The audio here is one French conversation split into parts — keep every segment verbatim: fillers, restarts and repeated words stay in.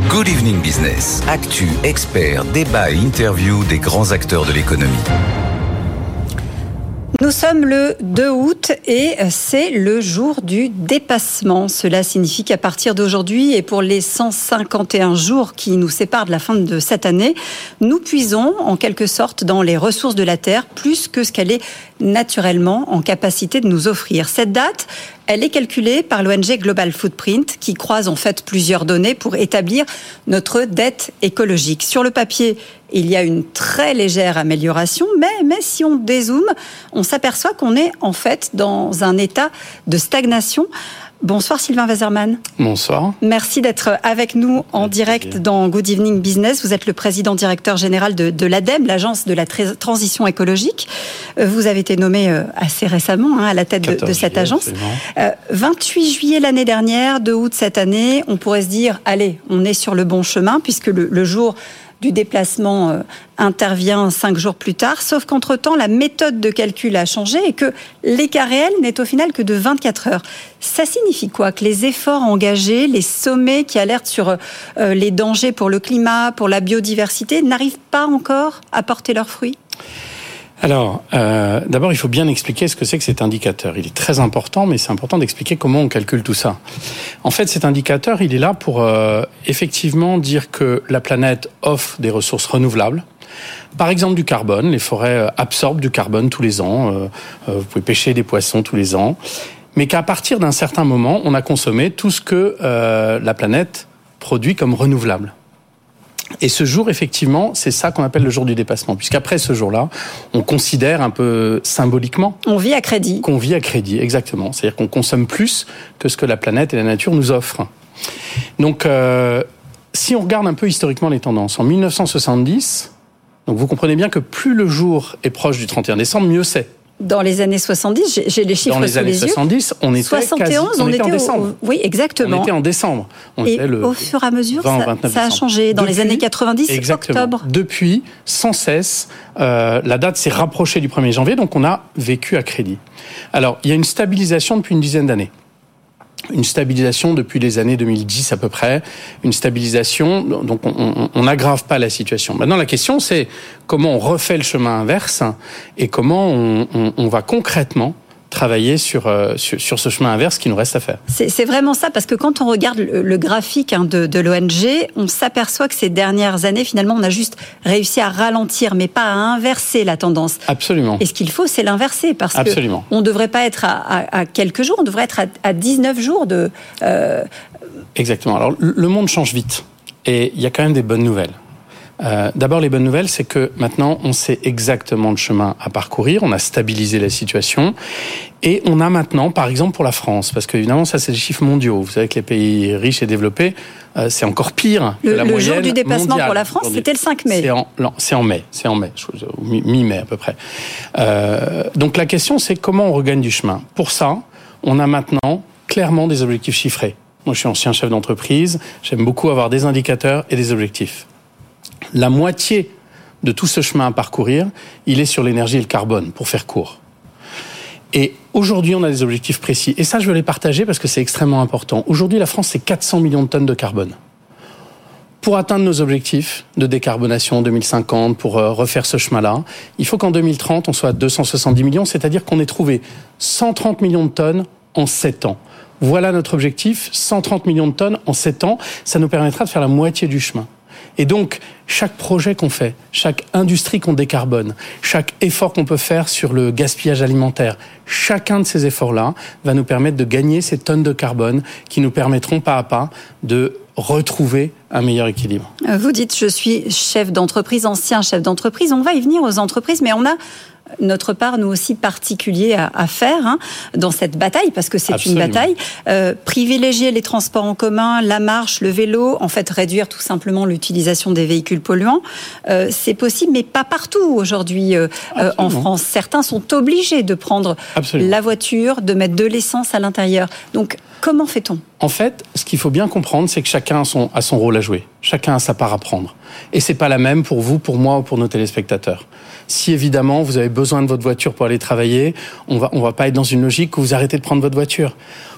Good Evening Business. Actu, experts, débat et interview des grands acteurs de l'économie. Nous sommes le deux août et c'est le jour du dépassement. Cela signifie qu'à partir d'aujourd'hui et pour les cent cinquante et un jours qui nous séparent de la fin de cette année, nous puisons en quelque sorte dans les ressources de la Terre plus que ce qu'elle est naturellement en capacité de nous offrir. Cette date, elle est calculée par l'O N G Global Footprint qui croise en fait plusieurs données pour établir notre dette écologique. Sur le papier, il y a une très légère amélioration, mais, mais si on dézoome, on s'aperçoit qu'on est en fait dans un état de stagnation. Bonsoir Sylvain Waserman. Bonsoir. Merci d'être avec nous en direct dans Good Evening Business. Vous êtes le président directeur général de, de l'ADEME, l'agence de la tra- transition écologique. Vous avez été nommé assez récemment hein, à la tête de, de cette juillet, agence. Euh, vingt-huit juillet l'année dernière, deux août cette année, on pourrait se dire, allez, on est sur le bon chemin puisque le, le jour du déplacement euh, intervient cinq jours plus tard, sauf qu'entre-temps, la méthode de calcul a changé et que l'écart réel n'est au final que de vingt-quatre heures. Ça signifie quoi ? Que les efforts engagés, les sommets qui alertent sur euh, les dangers pour le climat, pour la biodiversité, n'arrivent pas encore à porter leurs fruits ? Alors, euh, d'abord, il faut bien expliquer ce que c'est que cet indicateur. Il est très important, mais c'est important d'expliquer comment on calcule tout ça. En fait, cet indicateur, il est là pour euh, effectivement dire que la planète offre des ressources renouvelables. Par exemple, du carbone. Les forêts absorbent du carbone tous les ans. Euh, euh, vous pouvez pêcher des poissons tous les ans. Mais qu'à partir d'un certain moment, on a consommé tout ce que euh, la planète produit comme renouvelable. Et ce jour, effectivement, c'est ça qu'on appelle le jour du dépassement. Puisqu'après ce jour-là, on considère un peu symboliquement... On vit à crédit. Qu'on vit à crédit, exactement. C'est-à-dire qu'on consomme plus que ce que la planète et la nature nous offrent. Donc, euh, si on regarde un peu historiquement les tendances, en mille neuf cent soixante-dix, donc vous comprenez bien que plus le jour est proche du trente et un décembre, mieux c'est. Dans les années soixante-dix, j'ai, j'ai les chiffres sous les yeux. Dans les années soixante-dix, on était soixante et onze, quasi, on, on était, était en décembre. Au, oui, exactement. On était en décembre. On et était le au fur et à mesure, vingt, ça, ça a changé. Dans Depuis, les années quatre-vingt-dix, exactement. octobre. Depuis, sans cesse, euh, la date s'est rapprochée du premier janvier, donc on a vécu à crédit. Alors, il y a une stabilisation depuis une dizaine d'années. Une stabilisation depuis les années deux mille dix à peu près, une stabilisation, donc on n'aggrave pas la situation. Maintenant, la question, c'est comment on refait le chemin inverse et comment on, on, on va concrètement travailler sur, euh, sur, sur ce chemin inverse qui nous reste à faire. C'est, c'est vraiment ça, parce que quand on regarde le, le graphique hein, de, de l'O N G, on s'aperçoit que ces dernières années, finalement, on a juste réussi à ralentir, mais pas à inverser la tendance. Absolument. Et ce qu'il faut, c'est l'inverser, parce Absolument. qu'on ne devrait pas être à, à, à quelques jours, on devrait être à, à dix-neuf jours de... Euh... Exactement. Alors, le monde change vite, et il y a quand même des bonnes nouvelles. Euh, d'abord, les bonnes nouvelles, c'est que maintenant, on sait exactement le chemin à parcourir, on a stabilisé la situation, et on a maintenant, par exemple pour la France, parce que évidemment, ça c'est les chiffres mondiaux. Vous savez que les pays riches et développés, euh, c'est encore pire que le, la le moyenne jour du dépassement mondiale. pour la France, c'était le cinq mai. C'est en, c'est en mai, c'est en mai, mi-mai à peu près. Euh, donc la question, c'est comment on regagne du chemin. Pour ça, on a maintenant clairement des objectifs chiffrés. Moi, je suis ancien chef d'entreprise, j'aime beaucoup avoir des indicateurs et des objectifs. La moitié de tout ce chemin à parcourir, il est sur l'énergie et le carbone, pour faire court. Et aujourd'hui, on a des objectifs précis. Et ça, je veux les partager parce que c'est extrêmement important. Aujourd'hui, la France, c'est quatre cents millions de tonnes de carbone. Pour atteindre nos objectifs de décarbonation deux mille cinquante, pour refaire ce chemin-là, il faut qu'en deux mille trente, on soit à deux cent soixante-dix millions, c'est-à-dire qu'on ait trouvé cent trente millions de tonnes en sept ans. Voilà notre objectif, cent trente millions de tonnes en sept ans. Ça nous permettra de faire la moitié du chemin. Et donc, chaque projet qu'on fait, chaque industrie qu'on décarbone, chaque effort qu'on peut faire sur le gaspillage alimentaire, chacun de ces efforts-là va nous permettre de gagner ces tonnes de carbone qui nous permettront pas à pas de retrouver un meilleur équilibre. Vous dites, je suis chef d'entreprise, ancien chef d'entreprise. On va y venir aux entreprises, mais on a notre part, nous aussi, particulier à, à faire hein, dans cette bataille, parce que c'est Absolument. Une bataille. Euh, privilégier les transports en commun, la marche, le vélo, en fait, réduire tout simplement l'utilisation des véhicules polluants. Euh, c'est possible, mais pas partout aujourd'hui euh, euh, en France. Certains sont obligés de prendre Absolument. La voiture, de mettre de l'essence à l'intérieur. Donc, comment fait-on ? En fait, ce qu'il faut bien comprendre, c'est que chacun a son, a son rôle à jouer. Chacun a sa part à prendre. Et c'est pas la même pour vous, pour moi ou pour nos téléspectateurs. Si évidemment vous avez besoin de votre voiture pour aller travailler, on va, on va pas être dans une logique où vous arrêtez de prendre votre voiture.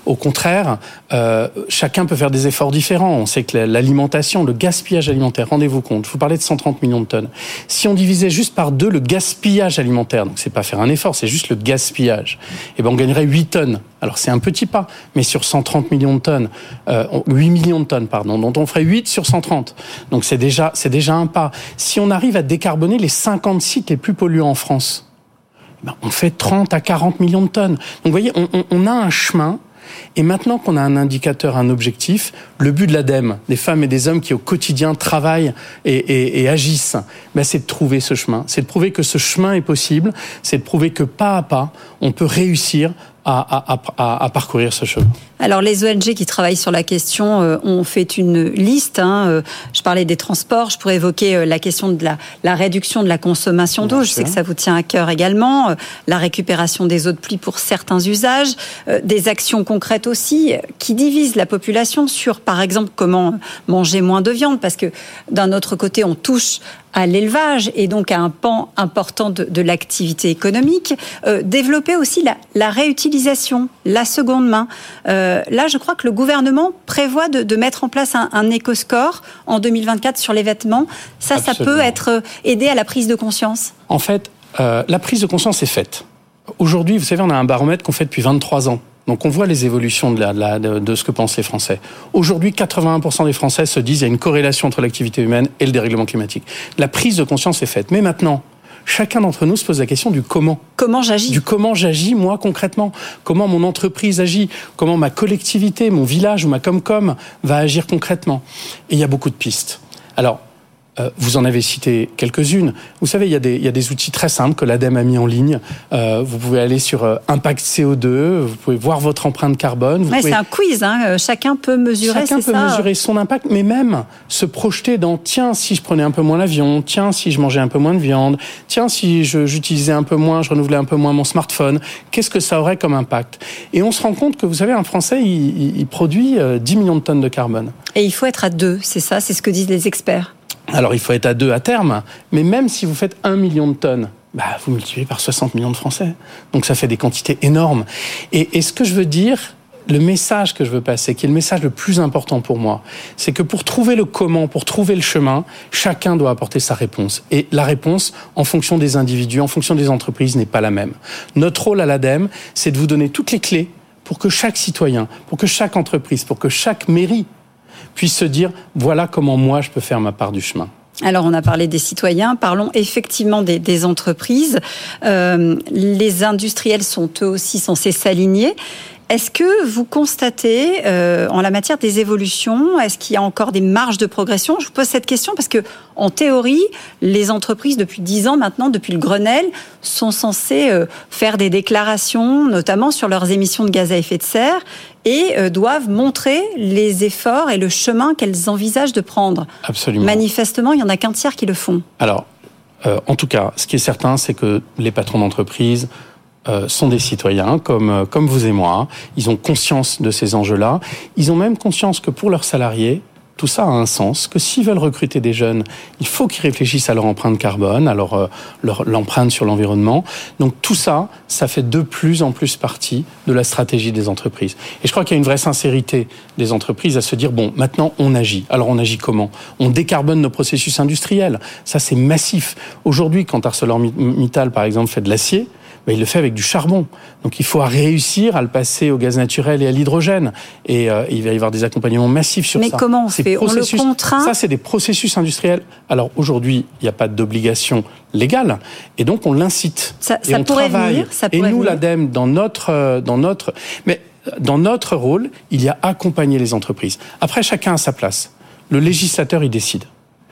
Au contraire, euh, chacun peut faire des efforts différents. On sait que l'alimentation, le gaspillage alimentaire, rendez-vous compte, je vous parlais de cent trente millions de tonnes. Si on divisait juste par deux le gaspillage alimentaire, donc c'est pas faire un effort, c'est juste le gaspillage, eh ben on gagnerait huit tonnes. Alors c'est un petit pas, mais sur cent trente millions de tonnes, euh, huit millions de tonnes, pardon, dont on ferait huit sur cent trente. Donc c'est déjà, c'est déjà un pas. Si on arrive à décarboner les cinquante sites les plus polluants en France, ben on fait trente à quarante millions de tonnes. Donc vous voyez, on, on, on a un chemin. Et maintenant qu'on a un indicateur, un objectif, le but de l'ADEME, des femmes et des hommes qui au quotidien travaillent et, et, et agissent, ben c'est de trouver ce chemin. C'est de prouver que ce chemin est possible. C'est de prouver que pas à pas, on peut réussir à, à, à, à parcourir ce chemin. Alors les O N G qui travaillent sur la question euh, ont fait une liste. Hein, euh, je parlais des transports, je pourrais évoquer euh, la question de la, la réduction de la consommation d'eau. Je sais que ça vous tient à cœur également. Euh, la récupération des eaux de pluie pour certains usages. Euh, des actions concrètes aussi qui divisent la population sur, par exemple, comment manger moins de viande. Parce que d'un autre côté, on touche à l'élevage et donc à un pan important de, de l'activité économique. Euh, développer aussi la, la réutilisation, la seconde main. Euh, là, je crois que le gouvernement prévoit de, de mettre en place un, un éco-score en deux mille vingt-quatre sur les vêtements. Ça, Absolument. Ça peut être aider à la prise de conscience. En fait, euh, la prise de conscience est faite. Aujourd'hui, vous savez, on a un baromètre qu'on fait depuis vingt-trois ans. Donc on voit les évolutions de, la, de, la, de, de ce que pensent les Français. Aujourd'hui, quatre-vingt-un pour cent des Français se disent qu'il y a une corrélation entre l'activité humaine et le dérèglement climatique. La prise de conscience est faite. Mais maintenant, chacun d'entre nous se pose la question du comment. Comment j'agis ? Du comment j'agis, moi, concrètement. Comment mon entreprise agit. Comment ma collectivité, mon village ou ma Comcom va agir concrètement. Et il y a beaucoup de pistes. Alors, Euh, vous en avez cité quelques-unes. Vous savez, il y a des, il y a des outils très simples que l'ADEME a mis en ligne. Euh, vous pouvez aller sur euh, Impact C O deux, vous pouvez voir votre empreinte carbone. Vous ouais, pouvez... C'est un quiz, hein. Chacun peut mesurer, Chacun c'est peut ça. mesurer son impact, mais même se projeter dans, tiens, si je prenais un peu moins l'avion, tiens, si je mangeais un peu moins de viande, tiens, si je, j'utilisais un peu moins, je renouvelais un peu moins mon smartphone, qu'est-ce que ça aurait comme impact ? Et on se rend compte que, vous savez, un Français, il, il, il produit euh, dix millions de tonnes de carbone. Et il faut être à deux, c'est ça, c'est ce que disent les experts. Alors, il faut être à deux à terme, mais même si vous faites un million de tonnes, bah, vous multipliez par soixante millions de Français. Donc, ça fait des quantités énormes. Et, et ce que je veux dire, le message que je veux passer, qui est le message le plus important pour moi, c'est que pour trouver le comment, pour trouver le chemin, chacun doit apporter sa réponse. Et la réponse, en fonction des individus, en fonction des entreprises, n'est pas la même. Notre rôle à l'ADEME, c'est de vous donner toutes les clés pour que chaque citoyen, pour que chaque entreprise, pour que chaque mairie puisse se dire, voilà comment moi je peux faire ma part du chemin. Alors on a parlé des citoyens, parlons effectivement des, des entreprises. Euh, les industriels sont eux aussi censés s'aligner. Est-ce que vous constatez euh, en la matière des évolutions, est-ce qu'il y a encore des marges de progression ? Je vous pose cette question parce que, en théorie, les entreprises depuis dix ans maintenant, depuis le Grenelle, sont censées euh, faire des déclarations, notamment sur leurs émissions de gaz à effet de serre, et euh, doivent montrer les efforts et le chemin qu'elles envisagent de prendre. Absolument. Manifestement, il n'y en a qu'un tiers qui le font. Alors, euh, en tout cas, ce qui est certain, c'est que les patrons d'entreprise Euh, sont des citoyens comme euh, comme vous et moi. Ils ont conscience de ces enjeux-là. Ils ont même conscience que pour leurs salariés, tout ça a un sens, que s'ils veulent recruter des jeunes, il faut qu'ils réfléchissent à leur empreinte carbone, à leur, euh, leur l'empreinte sur l'environnement. Donc tout ça, ça fait de plus en plus partie de la stratégie des entreprises. Et je crois qu'il y a une vraie sincérité des entreprises à se dire, bon, maintenant on agit. Alors on agit comment ? On décarbone nos processus industriels. Ça, c'est massif. Aujourd'hui, quand ArcelorMittal, par exemple, fait de l'acier, ben, il le fait avec du charbon. Donc il faut réussir à le passer au gaz naturel et à l'hydrogène. Et euh, il va y avoir des accompagnements massifs sur Mais ça. Mais comment on fait ? On le contraint ? Ça, c'est des processus industriels. Alors aujourd'hui, il n'y a pas d'obligation légale. Et donc on l'incite. Ça, et ça on pourrait travaille. venir. Ça et pourrait nous, venir. l'ADEME, dans notre, dans notre... Mais dans notre rôle, il y a accompagner les entreprises. Après, chacun a sa place. Le législateur, il décide.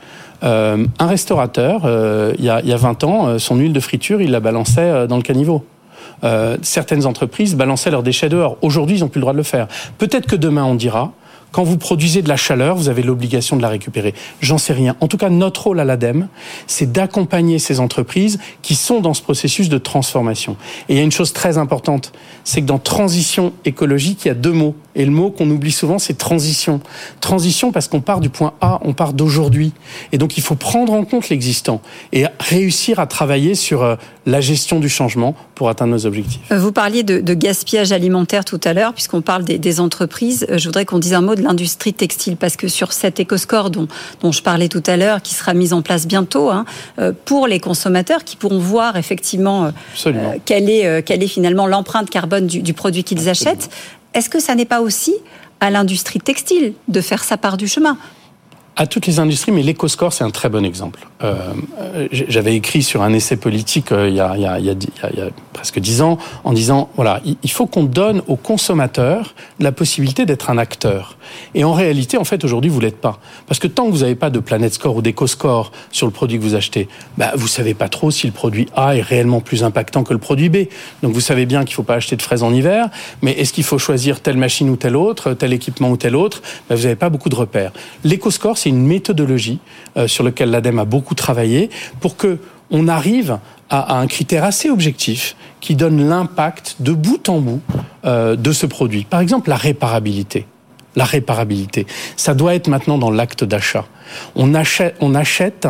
Euh, un restaurateur, euh, il, y a, il y a vingt ans, euh, son huile de friture, il la balançait euh, dans le caniveau. Euh, certaines entreprises balançaient leurs déchets dehors. Aujourd'hui, ils n'ont plus le droit de le faire. Peut-être que demain, on dira Quand vous produisez de la chaleur, vous avez l'obligation de la récupérer. J'en sais rien. En tout cas, notre rôle à l'ADEME, c'est d'accompagner ces entreprises qui sont dans ce processus de transformation. Et il y a une chose très importante, c'est que dans transition écologique, il y a deux mots. Et le mot qu'on oublie souvent, c'est transition. Transition parce qu'on part du point A, on part d'aujourd'hui. Et donc, il faut prendre en compte l'existant et réussir à travailler sur la gestion du changement pour atteindre nos objectifs. Vous parliez de, de gaspillage alimentaire tout à l'heure, puisqu'on parle des, des entreprises. Je voudrais qu'on dise un mot de l'industrie textile, parce que sur cet éco-score dont, dont je parlais tout à l'heure, qui sera mis en place bientôt, hein, pour les consommateurs qui pourront voir effectivement euh, quelle, est, euh, quelle est finalement l'empreinte carbone du, du produit qu'ils Absolument. achètent, est-ce que ça n'est pas aussi à l'industrie textile de faire sa part du chemin ? À toutes les industries, mais l'éco-score, c'est un très bon exemple. Euh, j'avais écrit sur un essai politique euh, il, y a, il, y a, il, y a, il y a presque dix ans, en disant, voilà, il faut qu'on donne aux consommateurs la possibilité d'être un acteur. Et en réalité, en fait, aujourd'hui, vous l'êtes pas. Parce que tant que vous n'avez pas de Planet Score ou d'éco-score sur le produit que vous achetez, bah, vous savez pas trop si le produit A est réellement plus impactant que le produit B. Donc, vous savez bien qu'il faut pas acheter de fraises en hiver, mais est-ce qu'il faut choisir telle machine ou telle autre, tel équipement ou tel autre? Bah, vous n'avez pas beaucoup de repères. L'éco-score, c'est une méthodologie euh, sur laquelle l'ADEME a beaucoup travaillé pour que on arrive à, à un critère assez objectif qui donne l'impact de bout en bout euh, de ce produit. Par exemple, la réparabilité. La réparabilité, ça doit être maintenant dans l'acte d'achat. On achète, on achète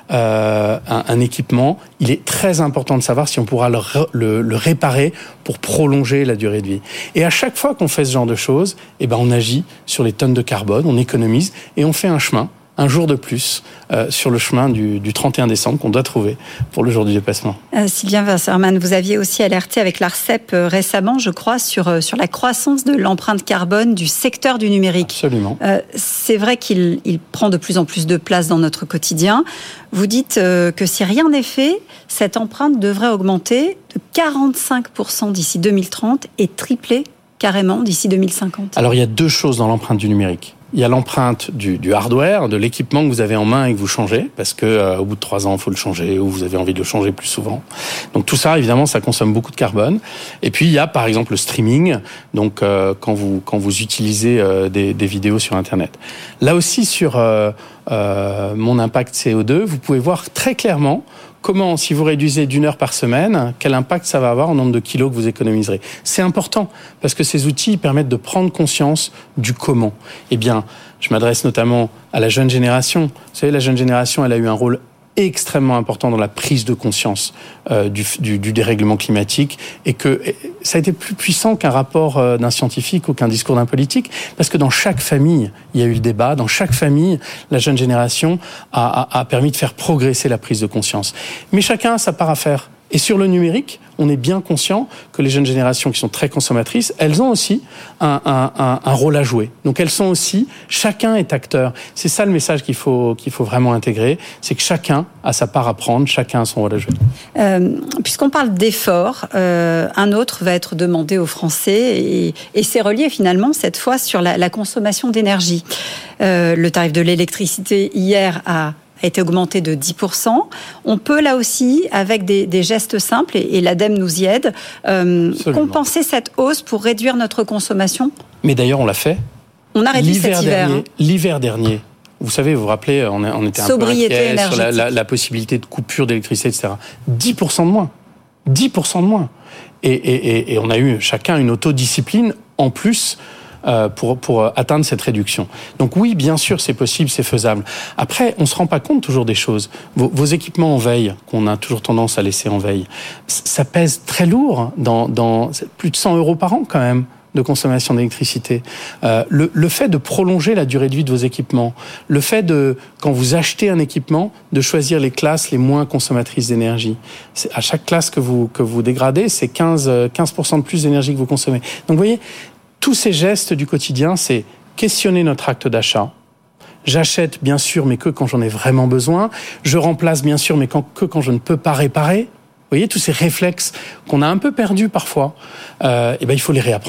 euh, un, un équipement. Il est très important de savoir si on pourra le, le, le réparer pour prolonger la durée de vie. Et à chaque fois qu'on fait ce genre de choses, eh ben on agit sur les tonnes de carbone, on économise et on fait un chemin. Un jour de plus euh, sur le chemin du, du trente et un décembre qu'on doit trouver pour le jour du dépassement. Euh, Sylvain Wasserman, vous aviez aussi alerté avec l'ARCEP euh, récemment, je crois, sur, euh, sur la croissance de l'empreinte carbone du secteur du numérique. Absolument. Euh, c'est vrai qu'il il prend de plus en plus de place dans notre quotidien. Vous dites euh, que si rien n'est fait, cette empreinte devrait augmenter de quarante-cinq pour cent d'ici deux mille trente et tripler carrément d'ici deux mille cinquante. Alors il y a deux choses dans l'empreinte du numérique. Il y a l'empreinte du, du hardware, de l'équipement que vous avez en main et que vous changez, parce que euh, au bout de trois ans, il faut le changer, ou vous avez envie de le changer plus souvent. Donc tout ça, évidemment, ça consomme beaucoup de carbone. Et puis il y a, par exemple, le streaming, donc euh, quand vous quand vous utilisez euh, des, des vidéos sur Internet. Là aussi, sur euh, euh, mon impact C O deux, vous pouvez voir très clairement comment, si vous réduisez d'une heure par semaine, quel impact ça va avoir au nombre de kilos que vous économiserez. C'est important, parce que ces outils permettent de prendre conscience du comment. Eh bien, je m'adresse notamment à la jeune génération. Vous savez, la jeune génération, elle a eu un rôle extrêmement important dans la prise de conscience euh, du, du, du dérèglement climatique, et que ça a été plus puissant qu'un rapport euh, d'un scientifique ou qu'un discours d'un politique, parce que dans chaque famille, il y a eu le débat, dans chaque famille, la jeune génération a, a, a permis de faire progresser la prise de conscience. Mais chacun a sa part à faire. Et sur le numérique, on est bien conscient que les jeunes générations qui sont très consommatrices, elles ont aussi un, un, un, un rôle à jouer. Donc elles sont aussi, chacun est acteur. C'est ça le message qu'il faut, qu'il faut vraiment intégrer, c'est que chacun a sa part à prendre, chacun a son rôle à jouer. Euh, puisqu'on parle d'efforts, euh, un autre va être demandé aux Français, et, et c'est relié finalement cette fois sur la, la consommation d'énergie. Euh, le tarif de l'électricité hier a a été augmenté de dix pour cent. On peut là aussi, avec des, des gestes simples, et, et l'ADEME nous y aide, euh, compenser cette hausse pour réduire notre consommation. Mais d'ailleurs, on l'a fait. On a réduit cet hiver. Dernier, l'hiver dernier, vous savez, vous vous rappelez, on, on était un Sobriété peu inquiets sur la, la, la possibilité de coupure d'électricité, et cetera. dix pour cent de moins. dix pour cent de moins. Et, et, et, et on a eu chacun une autodiscipline en plus Euh, pour, pour atteindre cette réduction. Donc oui, bien sûr, c'est possible, c'est faisable. Après, on ne se rend pas compte toujours des choses. Vos, vos équipements en veille, qu'on a toujours tendance à laisser en veille, ça pèse très lourd, dans, dans plus de cent euros par an quand même, de consommation d'électricité. Euh, le, le fait de prolonger la durée de vie de vos équipements, le fait de, quand vous achetez un équipement, de choisir les classes les moins consommatrices d'énergie. C'est, à chaque classe que vous, que vous dégradez, c'est quinze, quinze pour cent de plus d'énergie que vous consommez. Donc vous voyez, tous ces gestes du quotidien, c'est questionner notre acte d'achat. J'achète, bien sûr, mais que quand j'en ai vraiment besoin. Je remplace, bien sûr, mais quand, que quand je ne peux pas réparer. Vous voyez, tous ces réflexes qu'on a un peu perdus parfois, euh, et ben, il faut les réapprendre.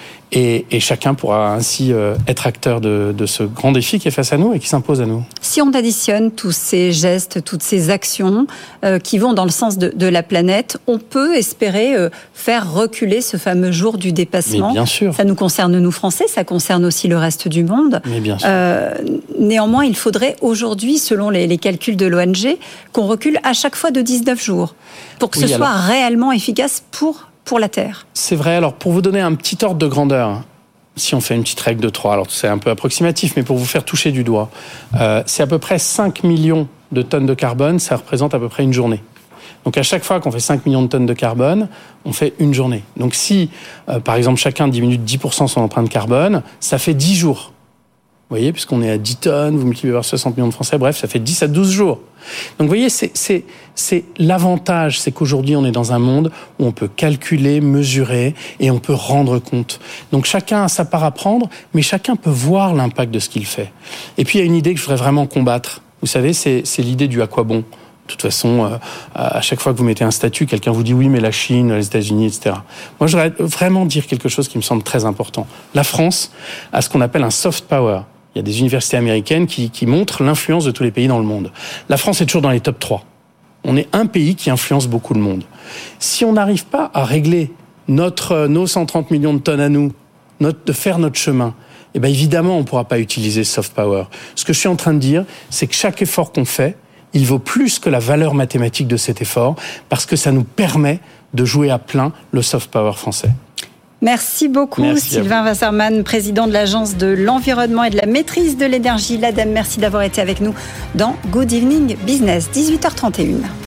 Et, et chacun pourra ainsi euh, être acteur de, de ce grand défi qui est face à nous et qui s'impose à nous. Si on additionne tous ces gestes, toutes ces actions euh, qui vont dans le sens de, de la planète, on peut espérer euh, faire reculer ce fameux jour du dépassement. Mais bien sûr. Ça nous concerne nous Français, ça concerne aussi le reste du monde. Mais bien sûr. Euh, néanmoins, il faudrait aujourd'hui, selon les, les calculs de l'O N G, qu'on recule à chaque fois de dix-neuf jours pour que oui, ce alors... soit réellement efficace pour pour la Terre. C'est vrai. Alors, pour vous donner un petit ordre de grandeur, si on fait une petite règle de trois, alors c'est un peu approximatif, mais pour vous faire toucher du doigt, euh, c'est à peu près cinq millions de tonnes de carbone, ça représente à peu près une journée. Donc, à chaque fois qu'on fait cinq millions de tonnes de carbone, on fait une journée. Donc, si, euh, par exemple, chacun diminue de dix pour cent son empreinte carbone, ça fait dix jours. Vous voyez, puisqu'on est à dix tonnes, vous multipliez par soixante millions de Français, bref, ça fait dix à douze jours. Donc, vous voyez, c'est, c'est, c'est l'avantage, c'est qu'aujourd'hui, on est dans un monde où on peut calculer, mesurer et on peut rendre compte. Donc, chacun a sa part à prendre, mais chacun peut voir l'impact de ce qu'il fait. Et puis, il y a une idée que je voudrais vraiment combattre. Vous savez, c'est, c'est l'idée du à quoi bon. De toute façon, euh, à chaque fois que vous mettez un statut, quelqu'un vous dit oui, mais la Chine, les États-Unis, et cetera. Moi, je voudrais vraiment dire quelque chose qui me semble très important. La France a ce qu'on appelle un soft power. Il y a des universités américaines qui, qui montrent l'influence de tous les pays dans le monde. La France est toujours dans les top trois. On est un pays qui influence beaucoup le monde. Si on n'arrive pas à régler notre, nos cent trente millions de tonnes à nous, notre, de faire notre chemin, eh bien évidemment, on ne pourra pas utiliser soft power. Ce que je suis en train de dire, c'est que chaque effort qu'on fait, il vaut plus que la valeur mathématique de cet effort, parce que ça nous permet de jouer à plein le soft power français. Merci beaucoup, Merci Sylvain Wasserman, président de l'Agence de l'environnement et de la maîtrise de l'énergie, l'ADEME. Merci d'avoir été avec nous dans Good Evening Business, dix-huit heures trente et une.